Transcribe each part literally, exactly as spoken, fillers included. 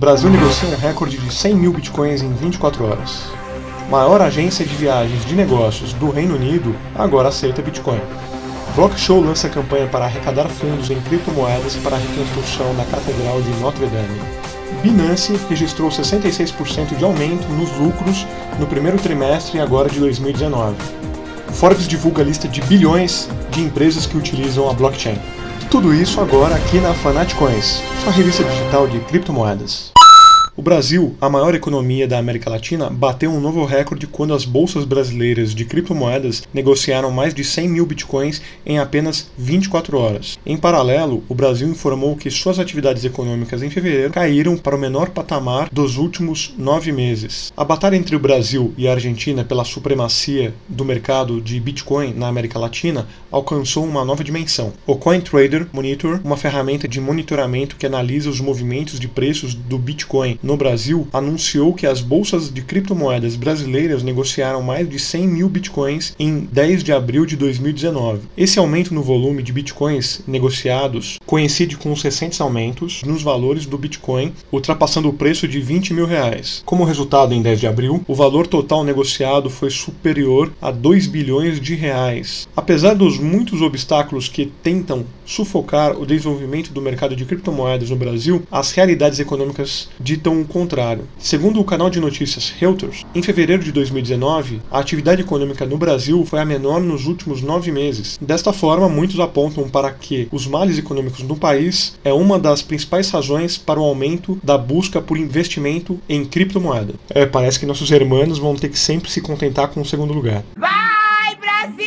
Brasil negocia um recorde de cem mil bitcoins em vinte e quatro horas. Maior agência de viagens de negócios do Reino Unido agora aceita Bitcoin. Blockshow lança campanha para arrecadar fundos em criptomoedas para a reconstrução da Catedral de Notre Dame. Binance registrou sessenta e seis por cento de aumento nos lucros no primeiro trimestre agora de dois mil e dezenove. Forbes divulga a lista de bilhões de empresas que utilizam a blockchain. Tudo isso agora aqui na Fanatcoins, sua revista digital de criptomoedas. O Brasil, a maior economia da América Latina, bateu um novo recorde quando as bolsas brasileiras de criptomoedas negociaram mais de cem mil bitcoins em apenas vinte e quatro horas. Em paralelo, o Brasil informou que suas atividades econômicas em fevereiro caíram para o menor patamar dos últimos nove meses. A batalha entre o Brasil e a Argentina pela supremacia do mercado de Bitcoin na América Latina alcançou uma nova dimensão. O CoinTrader Monitor, uma ferramenta de monitoramento que analisa os movimentos de preços do Bitcoin no Brasil, anunciou que as bolsas de criptomoedas brasileiras negociaram mais de cem mil bitcoins em dez de abril de dois mil e dezenove. Esse aumento no volume de bitcoins negociados coincide com os recentes aumentos nos valores do Bitcoin, ultrapassando o preço de vinte mil reais. Como resultado, em dez de abril, o valor total negociado foi superior a dois bilhões de reais. Apesar dos muitos obstáculos que tentam sufocar o desenvolvimento do mercado de criptomoedas no Brasil, as realidades econômicas ditam o contrário. Segundo o canal de notícias Reuters, em fevereiro de dois mil e dezenove, a atividade econômica no Brasil foi a menor nos últimos nove meses. Desta forma, muitos apontam para que os males econômicos no país é uma das principais razões para o aumento da busca por investimento em criptomoeda. É, parece que nossos irmãos vão ter que sempre se contentar com o segundo lugar. Vai, Brasil!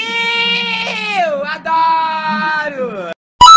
Adoro!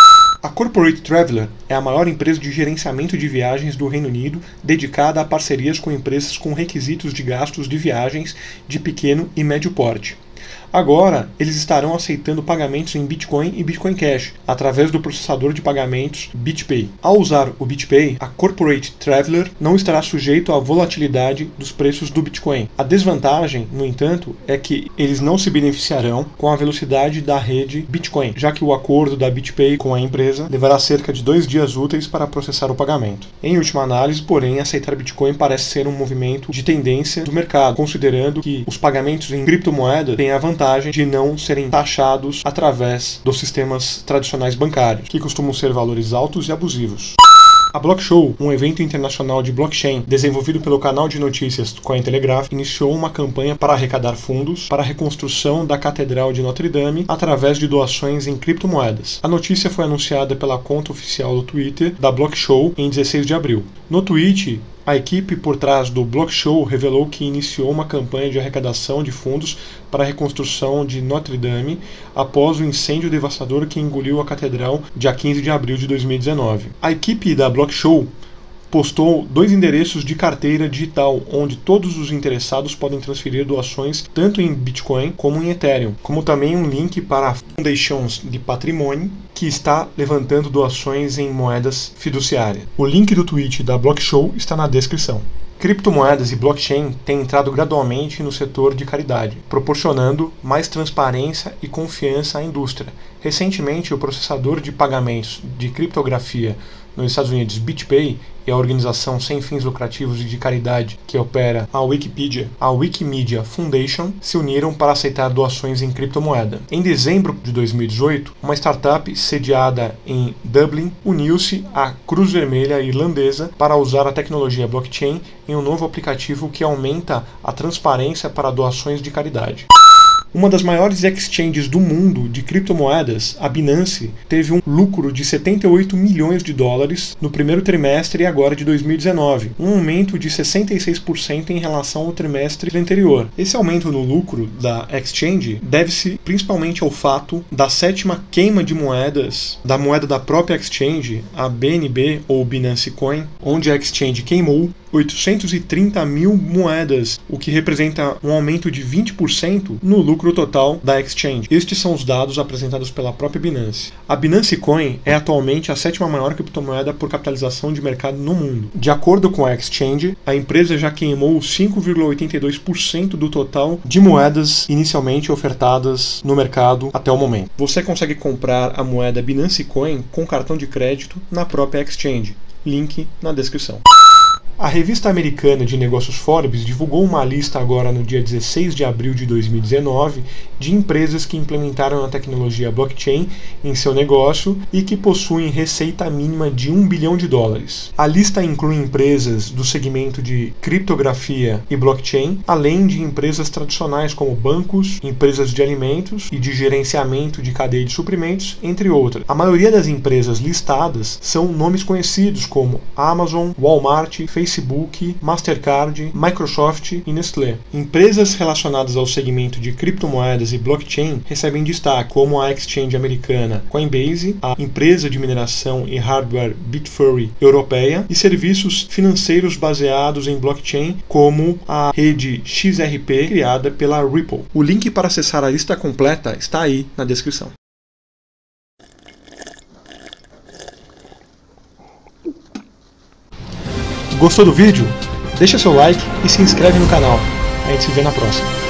A Corporate Traveler é a maior empresa de gerenciamento de viagens do Reino Unido dedicada a parcerias com empresas com requisitos de gastos de viagens de pequeno e médio porte. Agora, eles estarão aceitando pagamentos em Bitcoin e Bitcoin Cash, através do processador de pagamentos BitPay. Ao usar o BitPay, a Corporate Traveler não estará sujeito à volatilidade dos preços do Bitcoin. A desvantagem, no entanto, é que eles não se beneficiarão com a velocidade da rede Bitcoin, já que o acordo da BitPay com a empresa levará cerca de dois dias úteis para processar o pagamento. Em última análise, porém, aceitar Bitcoin parece ser um movimento de tendência do mercado, considerando que os pagamentos em criptomoeda têm a vantagem de não serem taxados através dos sistemas tradicionais bancários, que costumam ser valores altos e abusivos. A Blockshow, um evento internacional de blockchain desenvolvido pelo canal de notícias Cointelegraph, iniciou uma campanha para arrecadar fundos para a reconstrução da Catedral de Notre Dame através de doações em criptomoedas. A notícia foi anunciada pela conta oficial do Twitter da Blockshow em dezesseis de abril. No tweet, a equipe por trás do Blockshow revelou que iniciou uma campanha de arrecadação de fundos para a reconstrução de Notre Dame após o incêndio devastador que engoliu a catedral dia quinze de abril de dois mil e dezenove. A equipe da Blockshow postou dois endereços de carteira digital, onde todos os interessados podem transferir doações tanto em Bitcoin como em Ethereum, como também um link para Foundations de Patrimônio, que está levantando doações em moedas fiduciárias. O link do tweet da Blockshow está na descrição. Criptomoedas e blockchain têm entrado gradualmente no setor de caridade, proporcionando mais transparência e confiança à indústria. Recentemente, o processador de pagamentos de criptografia nos Estados Unidos, BitPay, e a organização sem fins lucrativos e de caridade que opera a Wikipedia, a Wikimedia Foundation, se uniram para aceitar doações em criptomoeda. Em dezembro de dois mil e dezoito, uma startup sediada em Dublin uniu-se à Cruz Vermelha Irlandesa para usar a tecnologia blockchain em um novo aplicativo que aumenta a transparência para doações de caridade. Uma das maiores exchanges do mundo de criptomoedas, a Binance, teve um lucro de setenta e oito milhões de dólares no primeiro trimestre agora de dois mil e dezenove, um aumento de sessenta e seis por cento em relação ao trimestre anterior. Esse aumento no lucro da exchange deve-se principalmente ao fato da sétima queima de moedas, da moeda da própria exchange, a B N B ou Binance Coin, onde a exchange queimou oitocentos e trinta mil moedas, o que representa um aumento de vinte por cento no lucro total da exchange. Estes são os dados apresentados pela própria Binance. A Binance Coin é atualmente a sétima maior criptomoeda por capitalização de mercado no mundo. De acordo com a exchange, a empresa já queimou cinco vírgula oitenta e dois por cento do total de moedas inicialmente ofertadas no mercado até o momento. Você consegue comprar a moeda Binance Coin com cartão de crédito na própria exchange. Link na descrição. A revista americana de negócios Forbes divulgou uma lista agora no dia dezesseis de abril de dois mil e dezenove de empresas que implementaram a tecnologia blockchain em seu negócio e que possuem receita mínima de um bilhão de dólares. A lista inclui empresas do segmento de criptografia e blockchain, além de empresas tradicionais como bancos, empresas de alimentos e de gerenciamento de cadeia de suprimentos, entre outras. A maioria das empresas listadas são nomes conhecidos como Amazon, Walmart, Facebook, Facebook, Mastercard, Microsoft e Nestlé. Empresas relacionadas ao segmento de criptomoedas e blockchain recebem destaque, como a exchange americana Coinbase, a empresa de mineração e hardware Bitfury europeia e serviços financeiros baseados em blockchain, como a rede X R P criada pela Ripple. O link para acessar a lista completa está aí na descrição. Gostou do vídeo? Deixa seu like e se inscreve no canal. A gente se vê na próxima.